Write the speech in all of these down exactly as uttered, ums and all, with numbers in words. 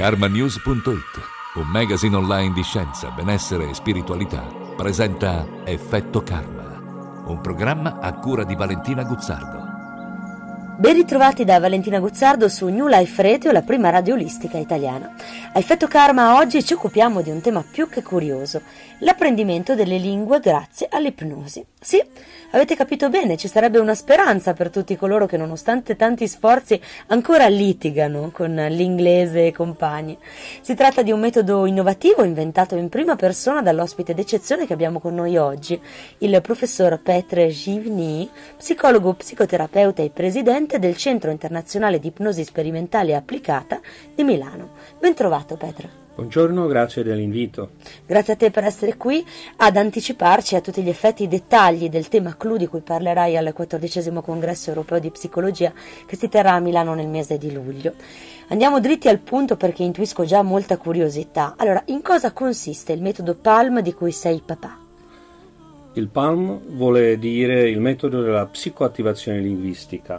karma news punto it, un magazine online di scienza, benessere e spiritualità, presenta Effetto Karma, un programma a cura di Valentina Guzzardo. Ben ritrovati da Valentina Guzzardo su New Life Radio, la prima radio olistica italiana. A Effetto Karma oggi ci occupiamo di un tema più che curioso, l'apprendimento delle lingue grazie all'ipnosi. Sì, avete capito bene, ci sarebbe una speranza per tutti coloro che nonostante tanti sforzi ancora litigano con l'inglese e compagni. Si tratta di un metodo innovativo inventato in prima persona dall'ospite d'eccezione che abbiamo con noi oggi, il professor Petr Živný, psicologo, psicoterapeuta e presidente del Centro Internazionale di Ipnosi Sperimentale e Applicata di Milano. Ben trovato, Petr. Buongiorno, grazie dell'invito. Grazie a te per essere qui ad anticiparci a tutti gli effetti i dettagli del tema clou di cui parlerai al quattordicesimo congresso europeo di psicologia che si terrà a Milano nel mese di luglio. Andiamo dritti al punto perché intuisco già molta curiosità. Allora, in cosa consiste il metodo PALM di cui sei papà? Il PALM vuole dire il metodo della psicoattivazione linguistica.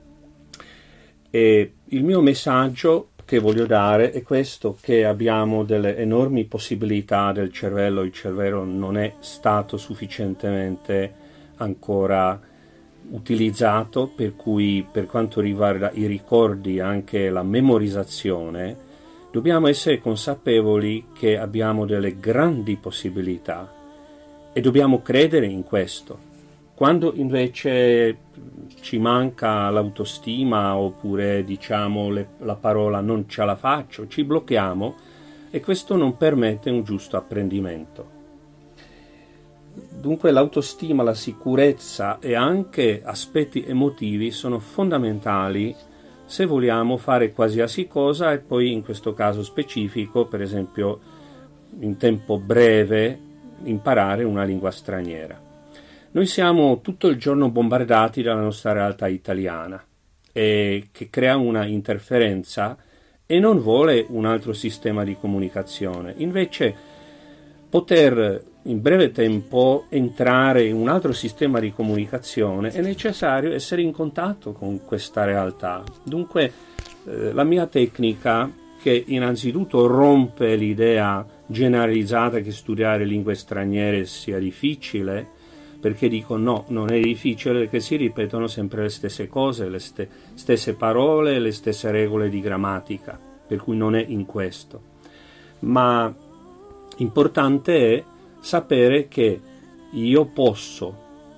E il mio messaggio che voglio dare è questo, che abbiamo delle enormi possibilità del cervello, il cervello non è stato sufficientemente ancora utilizzato, per cui per quanto riguarda i ricordi, anche la memorizzazione, dobbiamo essere consapevoli che abbiamo delle grandi possibilità e dobbiamo credere in questo. Quando invece ci manca l'autostima oppure diciamo le, la parola non ce la faccio, ci blocchiamo e questo non permette un giusto apprendimento. Dunque l'autostima, la sicurezza e anche aspetti emotivi sono fondamentali se vogliamo fare qualsiasi cosa e poi in questo caso specifico, per esempio in tempo breve, imparare una lingua straniera. Noi siamo tutto il giorno bombardati dalla nostra realtà italiana, e che crea una interferenza e non vuole un altro sistema di comunicazione. Invece poter in breve tempo entrare in un altro sistema di comunicazione è necessario essere in contatto con questa realtà. Dunque eh, la mia tecnica, che innanzitutto rompe l'idea generalizzata che studiare lingue straniere sia difficile, perché dico no, non è difficile, perché si ripetono sempre le stesse cose, le st- stesse parole, le stesse regole di grammatica, per cui non è in questo. Ma importante è sapere che io posso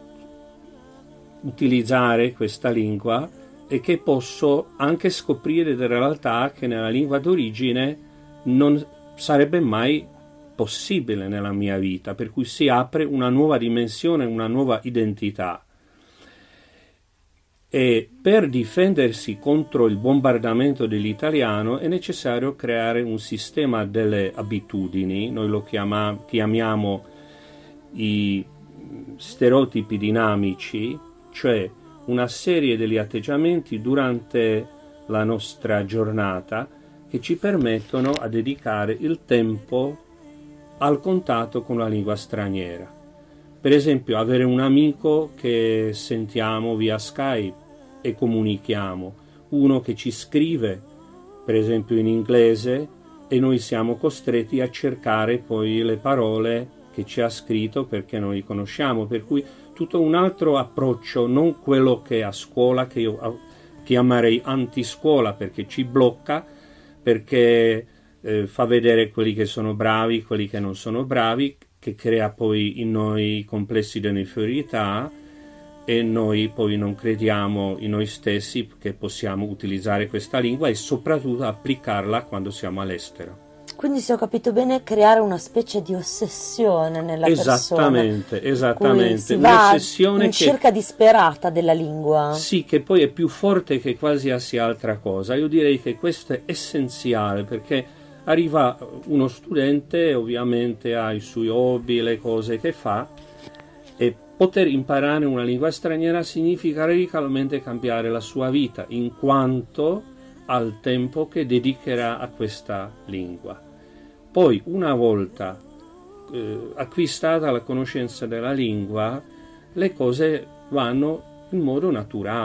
utilizzare questa lingua e che posso anche scoprire delle realtà che nella lingua d'origine non sarebbe mai possibile nella mia vita, per cui si apre una nuova dimensione, una nuova identità. E per difendersi contro il bombardamento dell'italiano è necessario creare un sistema delle abitudini, noi lo chiama, chiamiamo i stereotipi dinamici, cioè una serie degli atteggiamenti durante la nostra giornata che ci permettono a dedicare il tempo al contatto con la lingua straniera. Per esempio, avere un amico che sentiamo via Skype e comunichiamo, uno che ci scrive, per esempio in inglese, e noi siamo costretti a cercare poi le parole che ci ha scritto perché non li conosciamo, per cui tutto un altro approccio, non quello che a scuola, che io chiamerei antiscuola, perché ci blocca, perché Eh, fa vedere quelli che sono bravi, quelli che non sono bravi, che crea poi in noi complessi di inferiorità e noi poi non crediamo in noi stessi che possiamo utilizzare questa lingua e soprattutto applicarla quando siamo all'estero. Quindi, se ho capito bene, creare una specie di ossessione nella esattamente, persona. Esattamente, si va un'ossessione in che, cerca disperata della lingua. Sì, che poi è più forte che qualsiasi altra cosa. Io direi che questo è essenziale, perché arriva uno studente, ovviamente ha i suoi hobby, le cose che fa, e poter imparare una lingua straniera significa radicalmente cambiare la sua vita, in quanto al tempo che dedicherà a questa lingua. Poi, una volta eh, acquistata la conoscenza della lingua, le cose vanno in modo naturale.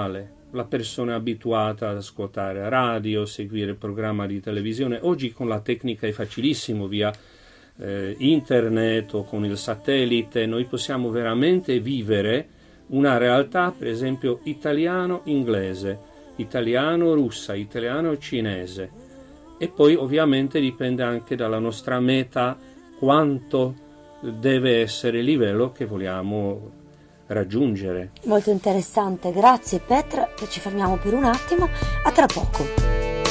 la persona è abituata ad ascoltare radio, seguire il programma di televisione. Oggi con la tecnica è facilissimo, via eh, internet o con il satellite, noi possiamo veramente vivere una realtà, per esempio, italiano-inglese, italiano-russa, italiano-cinese. E poi ovviamente dipende anche dalla nostra meta, quanto deve essere il livello che vogliamo raggiungere. Molto interessante, grazie Petra, ci fermiamo per un attimo, a tra poco.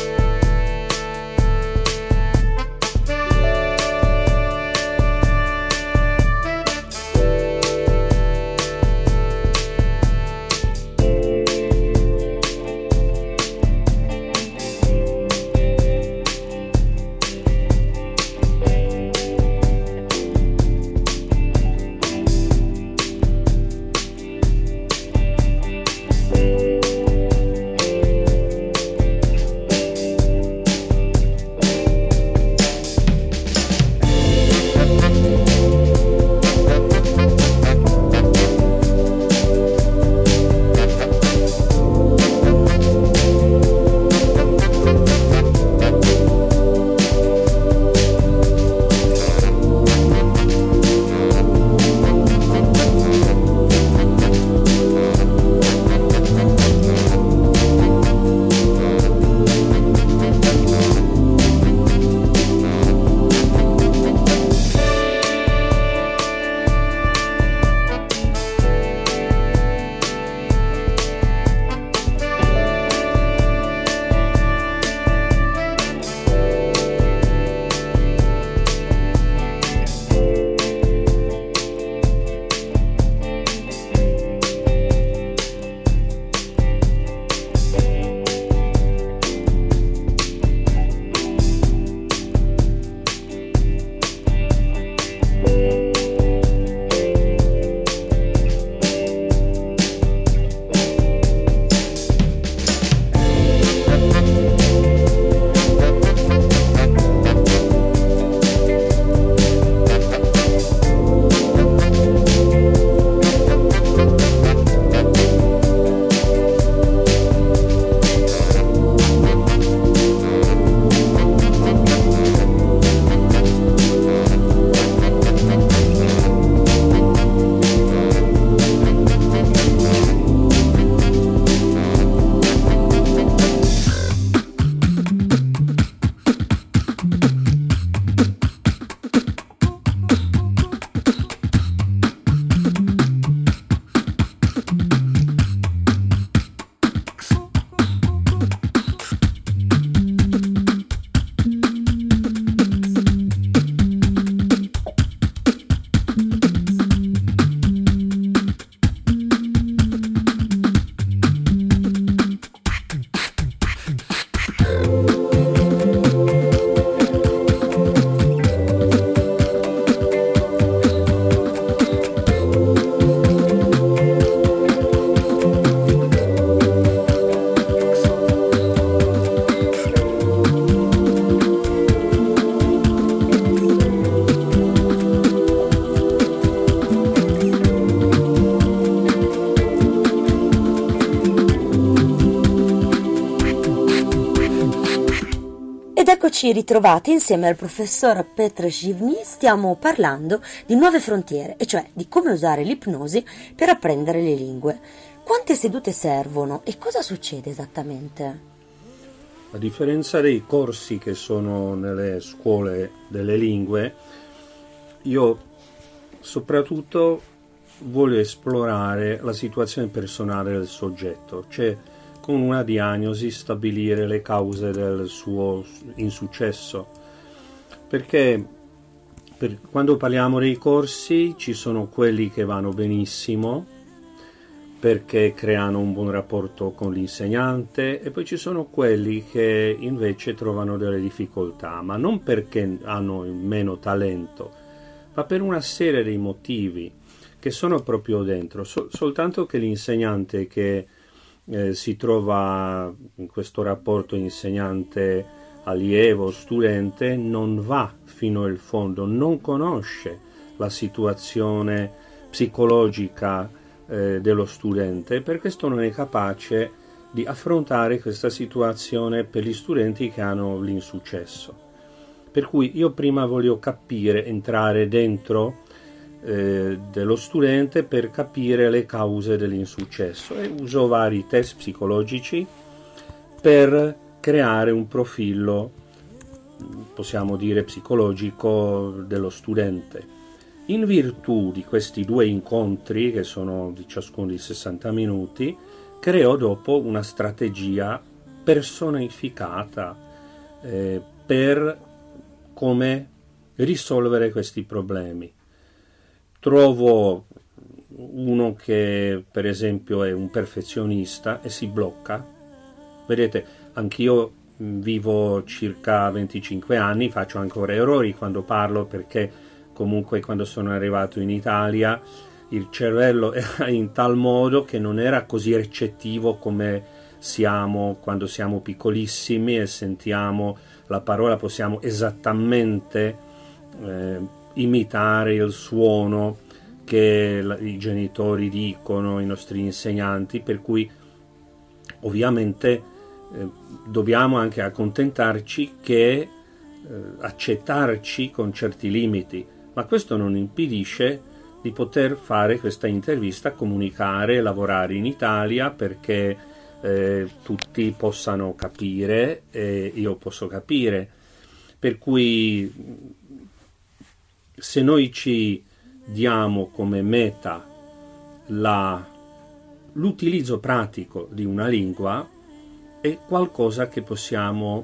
Eccoci ritrovati insieme al professor Petr Živný. Stiamo parlando di nuove frontiere, e cioè di come usare l'ipnosi per apprendere le lingue. Quante sedute servono e cosa succede esattamente? A differenza dei corsi che sono nelle scuole delle lingue, io soprattutto voglio esplorare la situazione personale del soggetto, cioè con una diagnosi stabilire le cause del suo insuccesso, perché per, quando parliamo dei corsi ci sono quelli che vanno benissimo perché creano un buon rapporto con l'insegnante, e poi ci sono quelli che invece trovano delle difficoltà, ma non perché hanno meno talento, ma per una serie di motivi che sono proprio dentro. Sol- soltanto che l'insegnante che eh, si trova in questo rapporto insegnante-allievo, studente, non va fino al fondo, non conosce la situazione psicologica eh, dello studente, per questo non è capace di affrontare questa situazione per gli studenti che hanno l'insuccesso. Per cui io prima voglio capire, entrare dentro eh, dello studente per capire le cause dell'insuccesso, e uso vari test psicologici per creare un profilo, possiamo dire, psicologico dello studente. In virtù di questi due incontri, che sono di ciascuno di sessanta minuti, creo dopo una strategia personificata eh, per come risolvere questi problemi. Trovo uno che per esempio è un perfezionista e si blocca. Vedete, anch'io vivo circa venticinque anni, faccio ancora errori quando parlo, perché comunque quando sono arrivato in Italia il cervello era in tal modo che non era così recettivo come siamo quando siamo piccolissimi e sentiamo la parola, possiamo esattamente eh, imitare il suono che la, i genitori dicono, i nostri insegnanti, per cui ovviamente eh, dobbiamo anche accontentarci che eh, accettarci con certi limiti, ma questo non impedisce di poter fare questa intervista, comunicare, lavorare in Italia perché eh, tutti possano capire e io posso capire. Per cui se noi ci diamo come meta la, l'utilizzo pratico di una lingua, è qualcosa che possiamo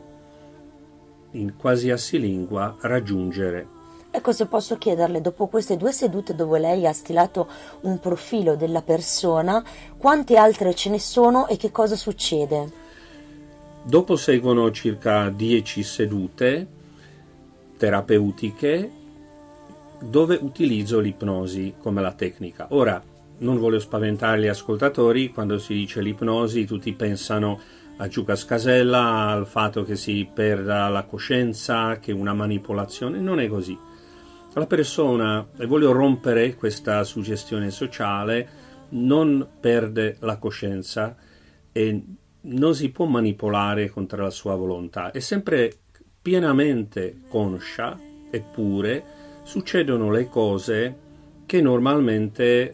in qualsiasi lingua raggiungere. Ecco, se posso chiederle, dopo queste due sedute dove lei ha stilato un profilo della persona, quante altre ce ne sono e che cosa succede? Dopo seguono circa dieci sedute terapeutiche dove utilizzo l'ipnosi come la tecnica. Ora, non voglio spaventare gli ascoltatori, quando si dice l'ipnosi tutti pensano a Giuca Scasella, al fatto che si perda la coscienza, che è una manipolazione. Non è così. La persona, e voglio rompere questa suggestione sociale, non perde la coscienza e non si può manipolare contro la sua volontà. È sempre pienamente conscia, eppure succedono le cose che normalmente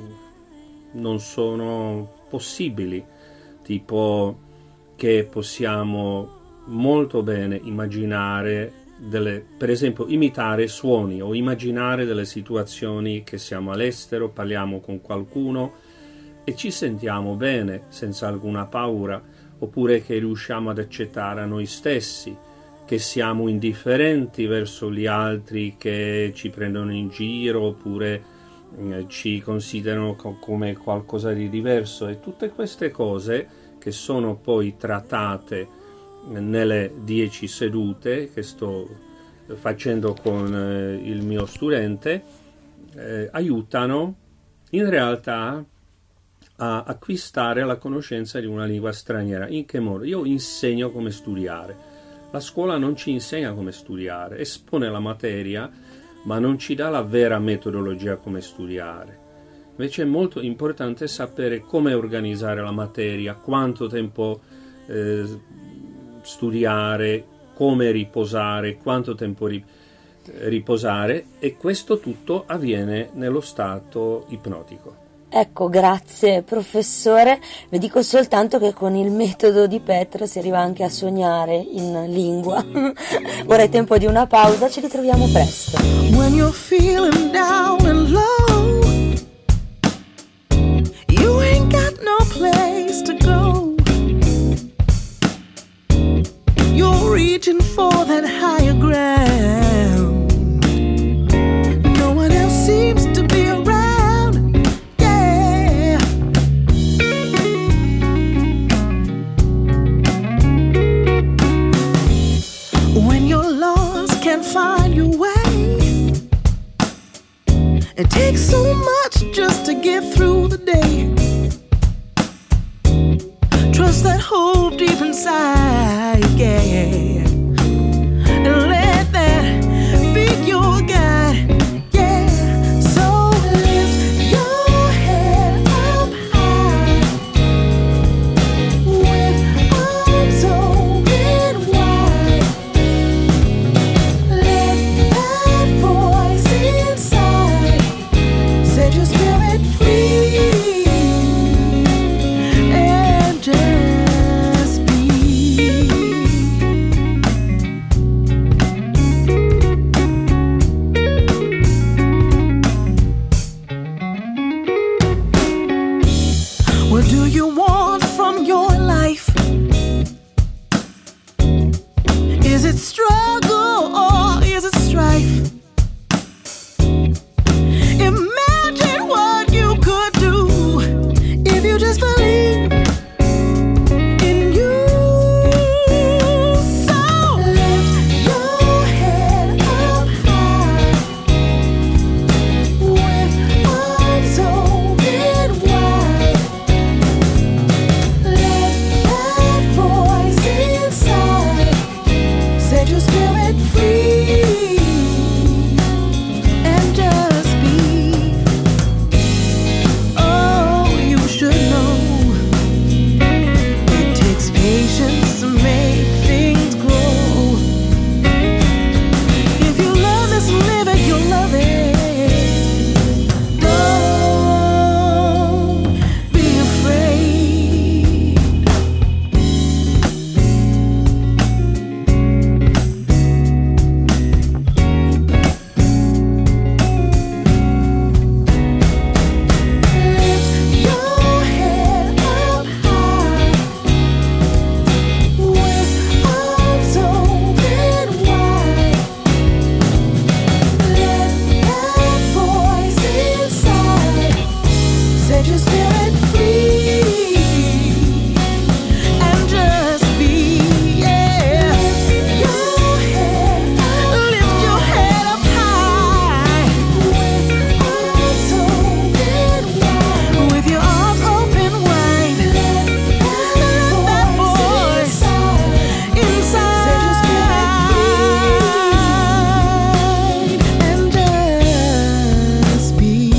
non sono possibili, tipo che possiamo molto bene immaginare delle, per esempio imitare suoni o immaginare delle situazioni che siamo all'estero, parliamo con qualcuno e ci sentiamo bene senza alcuna paura, oppure che riusciamo ad accettare a noi stessi, che siamo indifferenti verso gli altri che ci prendono in giro oppure eh, ci considerano co- come qualcosa di diverso, e tutte queste cose che sono poi trattate nelle dieci sedute che sto facendo con eh, il mio studente, eh, aiutano in realtà a acquistare la conoscenza di una lingua straniera. In che modo? Io insegno come studiare. La scuola non ci insegna come studiare, espone la materia, ma non ci dà la vera metodologia come studiare. Invece è molto importante sapere come organizzare la materia, quanto tempo eh, studiare, come riposare, quanto tempo ri- riposare, e questo tutto avviene nello stato ipnotico. Ecco, grazie professore, vi dico soltanto che con il metodo di Petra si arriva anche a sognare in lingua. Ora è tempo di una pausa, ci ritroviamo presto. When you're feeling down and low, you ain't got no place to go, you're reaching for that higher ground, no one else seems to be around. Find your way. It takes so much just to get through the day. Trust that hope deep inside, yeah, and let that be your guide, yeah. So lift your head up high. Ooh. Is it struggle or is it strife? Imagine what you could do if you just believe in you. So lift your head up high with arms open wide. Let that voice inside set your spirit free and just be. Oh, you should know it takes patience to make things grow. If you love this, live it, you'll love it. Don't be afraid. Lift your head up high with arms open wide. Let that voice inside set your spirit free and just be. Yeah. Lift your head up, lift your head up high with arms open wide. With your arms open wide. Let that voice inside set your spirit free and just be.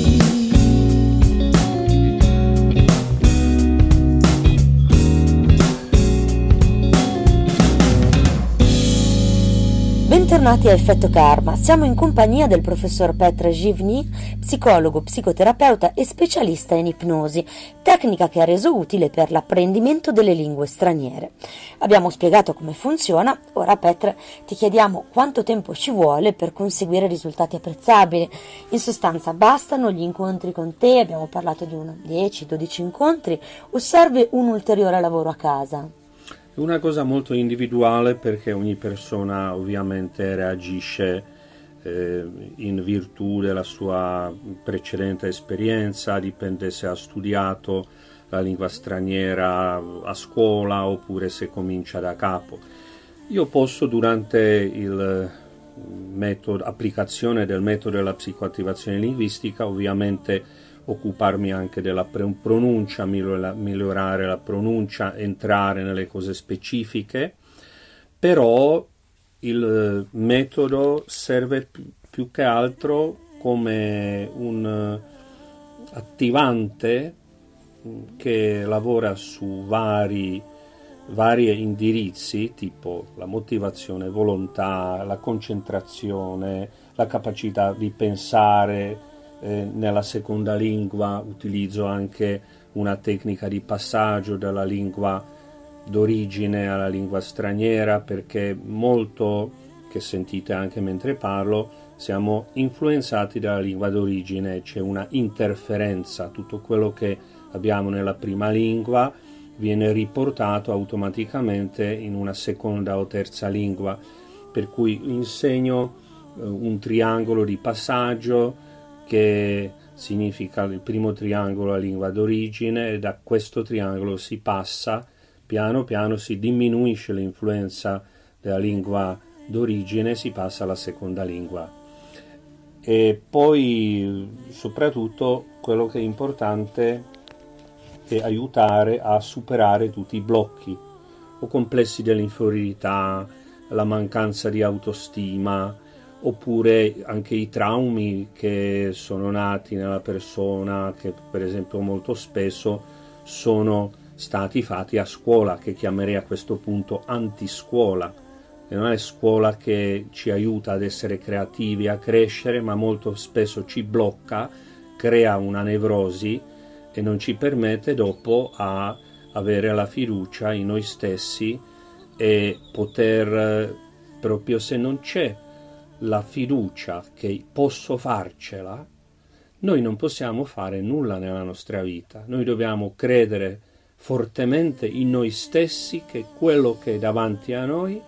Bentornati a Effetto Karma, siamo in compagnia del professor Petr Živný, psicologo, psicoterapeuta e specialista in ipnosi, tecnica che ha reso utile per l'apprendimento delle lingue straniere. Abbiamo spiegato come funziona, ora Petr ti chiediamo quanto tempo ci vuole per conseguire risultati apprezzabili. In sostanza bastano gli incontri con te, abbiamo parlato di uno dieci dodici incontri, o serve un ulteriore lavoro a casa? È una cosa molto individuale perché ogni persona ovviamente reagisce eh, in virtù della sua precedente esperienza, dipende se ha studiato la lingua straniera a scuola oppure se comincia da capo. Io posso durante il metodo, applicazione del metodo della psicoattivazione linguistica ovviamente occuparmi anche della pronuncia, migliorare la pronuncia, entrare nelle cose specifiche, però il metodo serve più che altro come un attivante che lavora su vari, vari indirizzi, tipo la motivazione, volontà, la concentrazione, la capacità di pensare. Eh, nella seconda lingua utilizzo anche una tecnica di passaggio dalla lingua d'origine alla lingua straniera, perché molto, che sentite anche mentre parlo, siamo influenzati dalla lingua d'origine, c'è una interferenza, tutto quello che abbiamo nella prima lingua viene riportato automaticamente in una seconda o terza lingua, per cui insegno eh, un triangolo di passaggio che significa il primo triangolo la lingua d'origine, e da questo triangolo si passa, piano piano si diminuisce l'influenza della lingua d'origine e si passa alla seconda lingua. E poi soprattutto quello che è importante è aiutare a superare tutti i blocchi o complessi dell'inferiorità, la mancanza di autostima, oppure anche i traumi che sono nati nella persona, che per esempio molto spesso sono stati fatti a scuola, che chiamerei a questo punto antiscuola. E non è scuola che ci aiuta ad essere creativi, a crescere, ma molto spesso ci blocca, crea una nevrosi e non ci permette dopo a avere la fiducia in noi stessi e poter, proprio se non c'è la fiducia che posso farcela, noi non possiamo fare nulla nella nostra vita. Noi dobbiamo credere fortemente in noi stessi che quello che è davanti a noi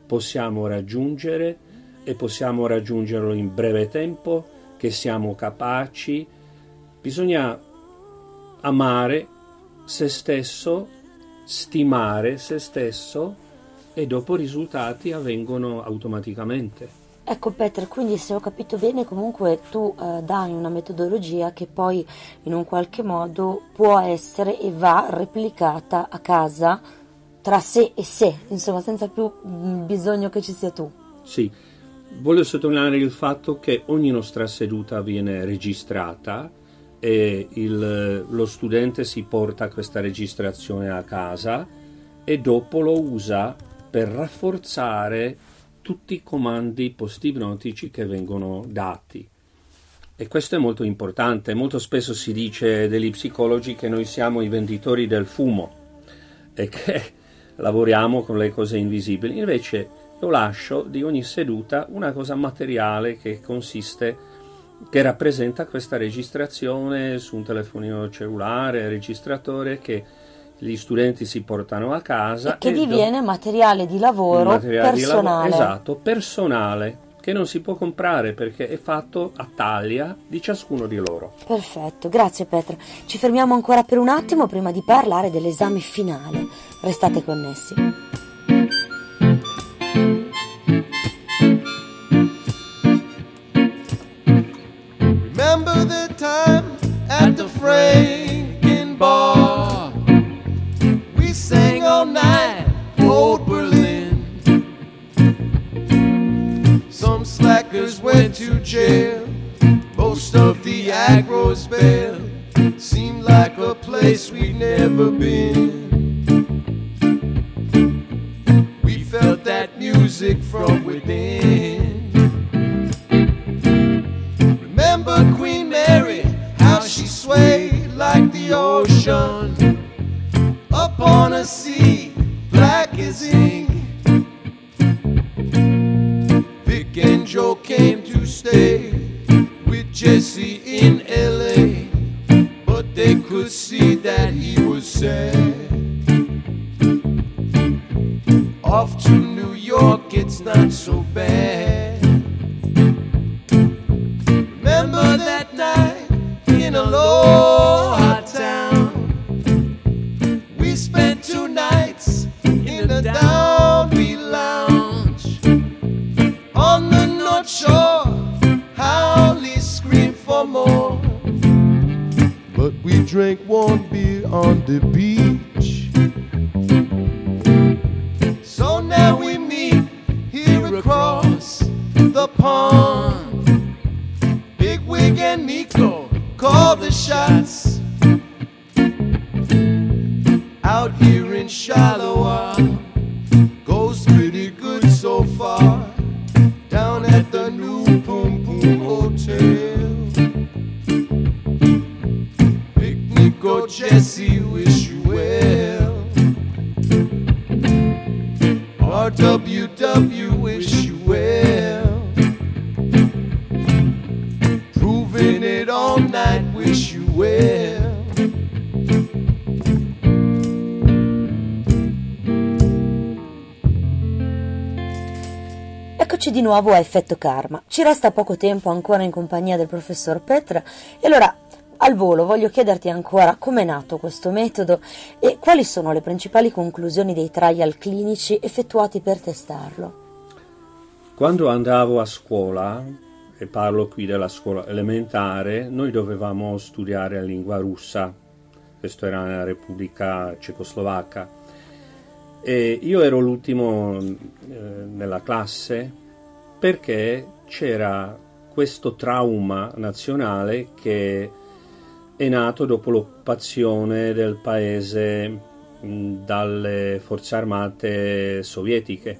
possiamo raggiungere e possiamo raggiungerlo in breve tempo, che siamo capaci. Bisogna amare se stesso, stimare se stesso e dopo i risultati avvengono automaticamente. Ecco Peter, quindi se ho capito bene comunque tu eh, dai una metodologia che poi in un qualche modo può essere e va replicata a casa tra sé e sé, insomma senza più mm, bisogno che ci sia tu. Sì, voglio sottolineare il fatto che ogni nostra seduta viene registrata e il, lo studente si porta questa registrazione a casa e dopo lo usa per rafforzare tutti i comandi post-ipnotici che vengono dati. E questo è molto importante. Molto spesso si dice degli psicologi che noi siamo i venditori del fumo e che lavoriamo con le cose invisibili. Invece io lascio di ogni seduta una cosa materiale che consiste, che rappresenta questa registrazione su un telefonino cellulare, registratore che gli studenti si portano a casa e che e diviene do- materiale di lavoro materiale personale. Di lavoro, esatto, personale, che non si può comprare perché è fatto a taglia di ciascuno di loro. Perfetto, grazie Petra. Ci fermiamo ancora per un attimo prima di parlare dell'esame finale. Restate connessi. Remember the time at the Franken Bar? We sang all night, old Berlin. Some slackers went to jail. Most of the agros bailed. Seemed like a place we'd never been. We felt that music from within. Remember Queen Mary, how she swayed like the ocean upon a sea black as ink. Vic and Joe came to stay with Jesse in L A, but they could see that he was sad. Off to New York, it's not so bad. Remember that night in Aloha Town? We spent two nights in the Downbeat Lounge on the North Shore. Howley screamed for more, but we drank warm beer on the beach. So now we meet here across the pond. Big Wig and Nico call the shots. Out here in Shallowa goes pretty good so far. Down at the new Poom Poom Hotel. Big Nico, Jesse, wish you well. R W W, wish you well. Proving it all night, wish you well. Eccoci di nuovo a Effetto Karma. Ci resta poco tempo ancora in compagnia del professor Petra e allora al volo voglio chiederti ancora com'è nato questo metodo e quali sono le principali conclusioni dei trial clinici effettuati per testarlo. Quando andavo a scuola, e parlo qui della scuola elementare, noi dovevamo studiare la lingua russa. Questo era nella Repubblica Cecoslovacca. E io ero l'ultimo eh, nella classe perché c'era questo trauma nazionale che è nato dopo l'occupazione del paese mh, dalle forze armate sovietiche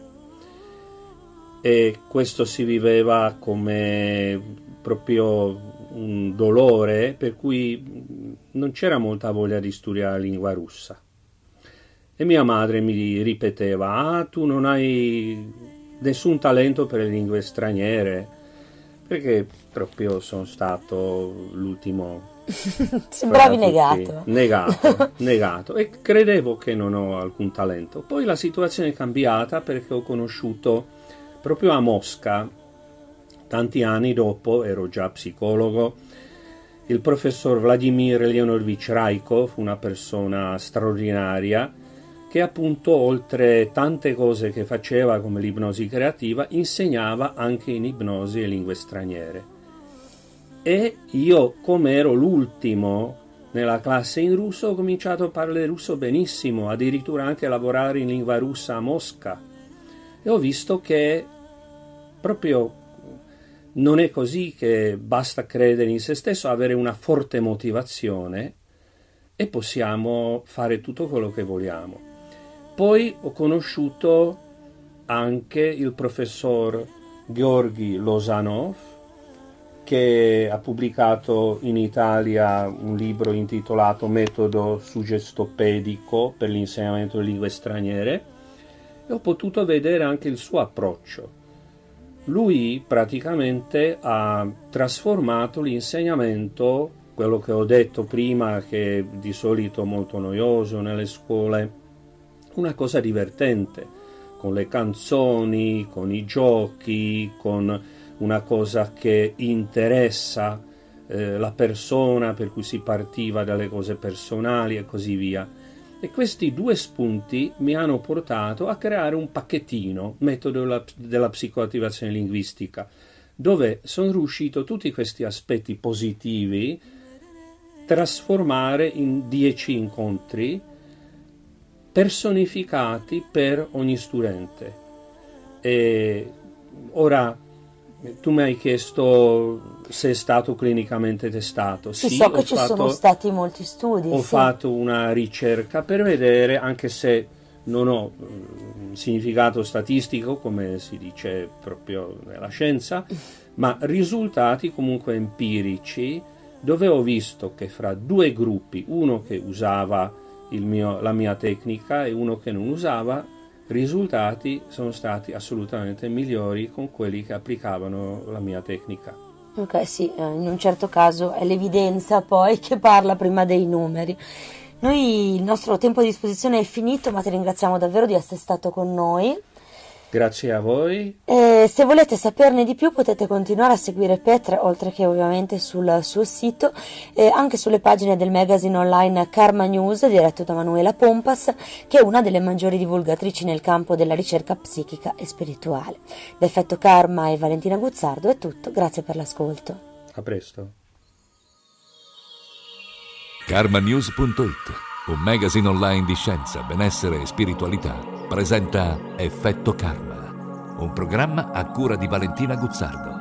e questo si viveva come proprio un dolore per cui non c'era molta voglia di studiare la lingua russa. E mia madre mi ripeteva: ah, tu non hai nessun talento per le lingue straniere, perché proprio sono stato l'ultimo Sembravi guarda tutti, negato. Negato, negato. E credevo che non ho alcun talento. Poi la situazione è cambiata perché ho conosciuto proprio a Mosca, tanti anni dopo, ero già psicologo, il professor Vladimir Leonorovich Raikov, una persona straordinaria, che appunto, oltre tante cose che faceva come l'ipnosi creativa, insegnava anche in ipnosi e lingue straniere. E io, come ero l'ultimo nella classe in russo, ho cominciato a parlare russo benissimo, addirittura anche a lavorare in lingua russa a Mosca. E ho visto che proprio non è così, che basta credere in se stesso, avere una forte motivazione e possiamo fare tutto quello che vogliamo. Poi ho conosciuto anche il professor Georgi Lozanov, che ha pubblicato in Italia un libro intitolato Metodo suggestopedico per l'insegnamento di lingue straniere, e ho potuto vedere anche il suo approccio. Lui praticamente ha trasformato l'insegnamento, quello che ho detto prima, che di solito è molto noioso nelle scuole, una cosa divertente, con le canzoni, con i giochi, con una cosa che interessa eh, la persona, per cui si partiva dalle cose personali e così via. E questi due spunti mi hanno portato a creare un pacchettino, metodo della, della psicoattivazione linguistica, dove sono riuscito tutti questi aspetti positivi trasformare in dieci incontri personificati per ogni studente. E ora tu mi hai chiesto se è stato clinicamente testato. Sì, Sì, so ho che ci fatto, sono stati molti studi. ho sì. fatto una ricerca per vedere, anche se non ho un significato statistico, come si dice proprio nella scienza, ma risultati comunque empirici, dove ho visto che fra due gruppi, uno che usava il mio, la mia tecnica e uno che non usava, i risultati sono stati assolutamente migliori con quelli che applicavano la mia tecnica. Ok, sì, eh, in un certo caso è l'evidenza poi che parla prima dei numeri. Noi, il nostro tempo a disposizione è finito, ma ti ringraziamo davvero di essere stato con noi. Grazie a voi. E se volete saperne di più potete continuare a seguire Petre, oltre che ovviamente sul suo sito, e anche sulle pagine del magazine online Karma News, diretto da Manuela Pompas, che è una delle maggiori divulgatrici nel campo della ricerca psichica e spirituale. Da Effetto Karma e Valentina Guzzardo è tutto, grazie per l'ascolto. A presto. karma news punto it, un magazine online di scienza, benessere e spiritualità, presenta Effetto Karma, un programma a cura di Valentina Guzzardo.